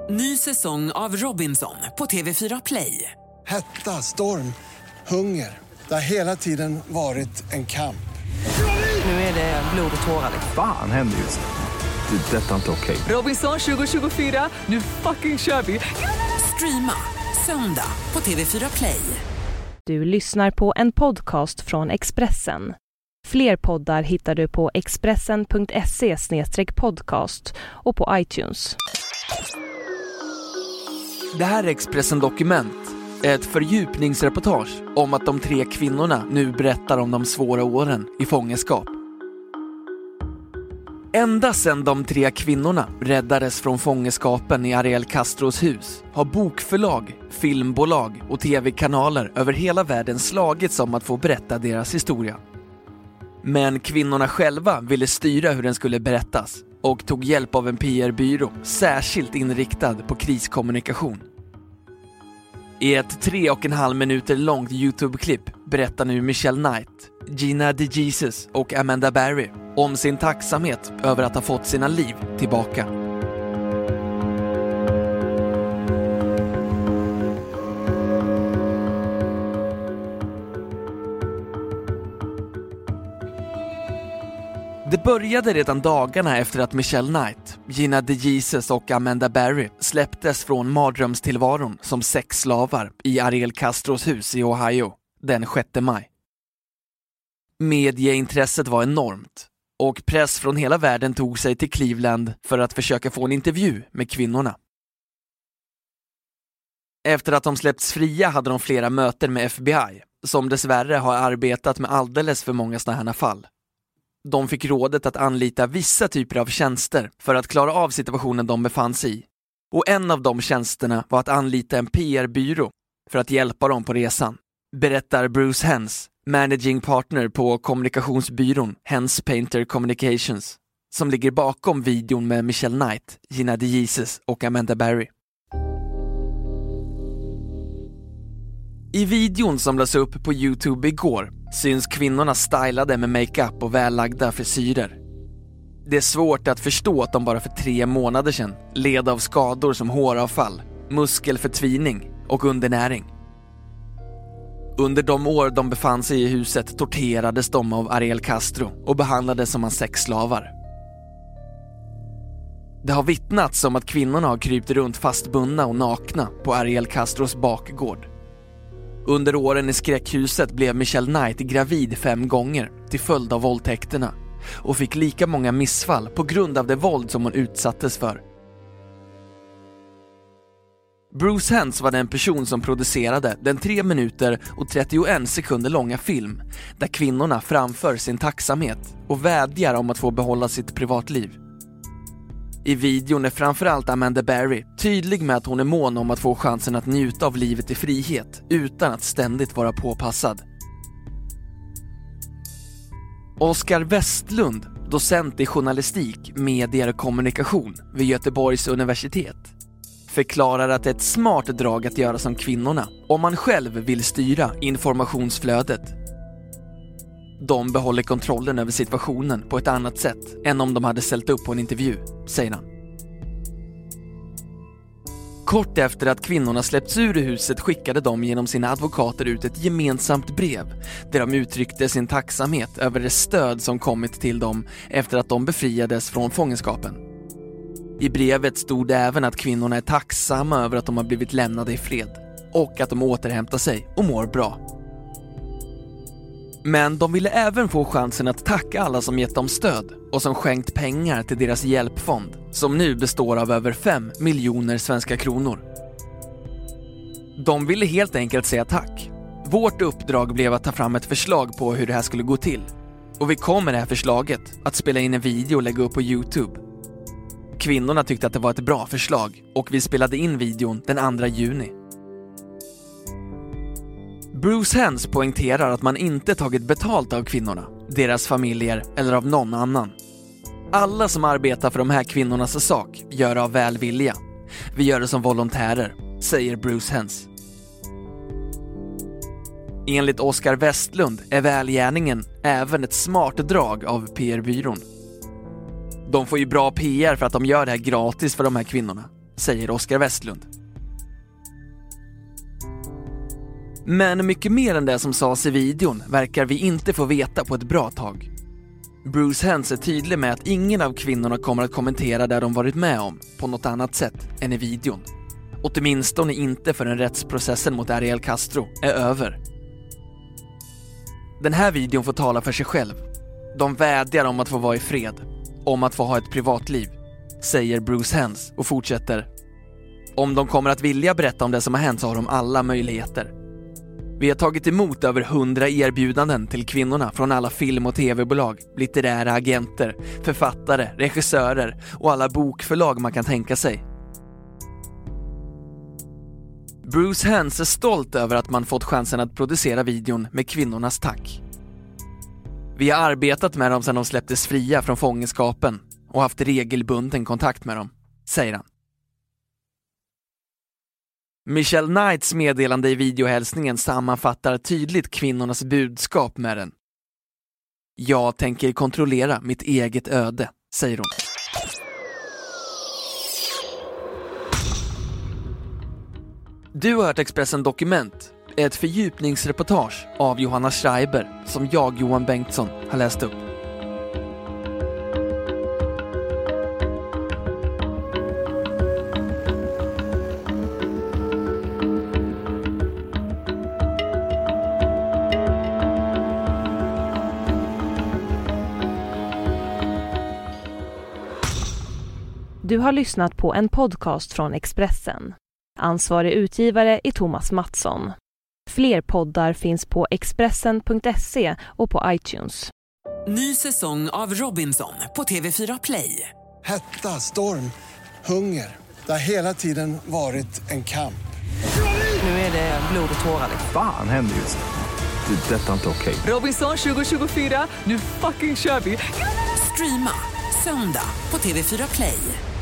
Ny säsong av Robinson på TV4 Play. Hetta, storm, hunger. Det har hela tiden varit en kamp. Nu är det blod och tårar. Fan händer just nu. Det. Detta är inte okej. Robinson 2024, nu fucking kör vi. Streama söndag på TV4 Play. Du lyssnar på en podcast från Expressen. Fler poddar hittar du på expressen.se/podcast och på iTunes. Det här är Expressen Dokument, ett fördjupningsreportage om att de 3 kvinnorna nu berättar om de svåra åren i fångenskap. Ända sedan de 3 kvinnorna räddades från fångenskapen i Ariel Castros hus har bokförlag, filmbolag och tv-kanaler över hela världen slagits om att få berätta deras historia. Men kvinnorna själva ville styra hur den skulle berättas och tog hjälp av en PR-byrå särskilt inriktad på kriskommunikation. I ett 3,5 minuter långt YouTube-klipp berättar nu Michelle Knight, Gina DeJesus och Amanda Berry om sin tacksamhet över att ha fått sina liv tillbaka. Det började redan dagarna efter att Michelle Knight, Gina DeJesus och Amanda Berry släpptes från mardrömstillvaron som sexslavar i Ariel Castros hus i Ohio den 6 maj. Medieintresset var enormt och press från hela världen tog sig till Cleveland för att försöka få en intervju med kvinnorna. Efter att de släppts fria hade de flera möten med FBI, som dessvärre har arbetat med alldeles för många sådana här fall. De fick rådet att anlita vissa typer av tjänster för att klara av situationen de befann sig i. Och en av de tjänsterna var att anlita en PR-byrå för att hjälpa dem på resan, berättar Bruce Hens, managing partner på kommunikationsbyrån Hens Painter Communications, som ligger bakom videon med Michelle Knight, Gina DeJesus och Amanda Berry. I videon som lades upp på YouTube igår syns kvinnorna stylade med makeup och vällagda frisyrer. Det är svårt att förstå att de bara för 3 månader sedan led av skador som håravfall, muskelförtvining och undernäring. Under de år de befann sig i huset torterades de av Ariel Castro och behandlades som sexslavar. Det har vittnats om att kvinnorna har krypt runt fastbundna och nakna på Ariel Castros bakgård. Under åren i skräckhuset blev Michelle Knight gravid 5 gånger till följd av våldtäkterna och fick lika många missfall på grund av det våld som hon utsattes för. Bruce Hens var den person som producerade den 3 minuter och 31 sekunder långa film där kvinnorna framför sin tacksamhet och vädjar om att få behålla sitt privatliv. I videon är framförallt Amanda Berry tydlig med att hon är mån om att få chansen att njuta av livet i frihet utan att ständigt vara påpassad. Oskar Westlund, docent i journalistik, medier och kommunikation vid Göteborgs universitet, förklarar att det är ett smart drag att göra som kvinnorna om man själv vill styra informationsflödet. De behåller kontrollen över situationen på ett annat sätt än om de hade ställt upp på en intervju, säger han. Kort efter att kvinnorna släppts ur huset skickade de genom sina advokater ut ett gemensamt brev där de uttryckte sin tacksamhet över det stöd som kommit till dem efter att de befriades från fångenskapen. I brevet stod det även att kvinnorna är tacksamma över att de har blivit lämnade i fred och att de återhämtar sig och mår bra. Men de ville även få chansen att tacka alla som gett dem stöd och som skänkt pengar till deras hjälpfond, som nu består av över 5 miljoner svenska kronor. De ville helt enkelt säga tack. Vårt uppdrag blev att ta fram ett förslag på hur det här skulle gå till. Och vi kom med det här förslaget att spela in en video och lägga upp på YouTube. Kvinnorna tyckte att det var ett bra förslag och vi spelade in videon den 2 juni. Bruce Hens poängterar att man inte tagit betalt av kvinnorna, deras familjer eller av någon annan. Alla som arbetar för de här kvinnornas sak gör det av välvilja. Vi gör det som volontärer, säger Bruce Hens. Enligt Oskar Westlund är välgärningen även ett smart drag av PR-byrån. De får ju bra PR för att de gör det här gratis för de här kvinnorna, säger Oskar Westlund. Men mycket mer än det som sades i videon verkar vi inte få veta på ett bra tag. Bruce Hens är tydlig med att ingen av kvinnorna kommer att kommentera det de varit med om på något annat sätt än i videon. Åtminstone inte förrän rättsprocessen mot Ariel Castro är över. Den här videon får tala för sig själv. De vädjar om att få vara i fred, om att få ha ett privatliv, säger Bruce Hens och fortsätter. Om de kommer att vilja berätta om det som har hänt så har de alla möjligheter. Vi har tagit emot över 100 erbjudanden till kvinnorna från alla film- och tv-bolag, litterära agenter, författare, regissörer och alla bokförlag man kan tänka sig. Bruce Hens är stolt över att man fått chansen att producera videon med kvinnornas tack. Vi har arbetat med dem sedan de släpptes fria från fångenskapen och haft regelbunden kontakt med dem, säger han. Michelle Knights meddelande i videohälsningen sammanfattar tydligt kvinnornas budskap med den. Jag tänker kontrollera mitt eget öde, säger hon. Du har hört Expressen Dokument, ett fördjupningsreportage av Johanna Schreiber som jag, Johan Bengtsson, har läst upp. Du har lyssnat på en podcast från Expressen. Ansvarig utgivare är Thomas Mattsson. Fler poddar finns på Expressen.se och på iTunes. Ny säsong av Robinson på TV4 Play. Hetta, storm, hunger. Det har hela tiden varit en kamp. Nu är det blod och tårar. Fan händer just det. Detta är inte okej. Robinson 2024, nu fucking kör vi. Streama söndag på TV4 Play.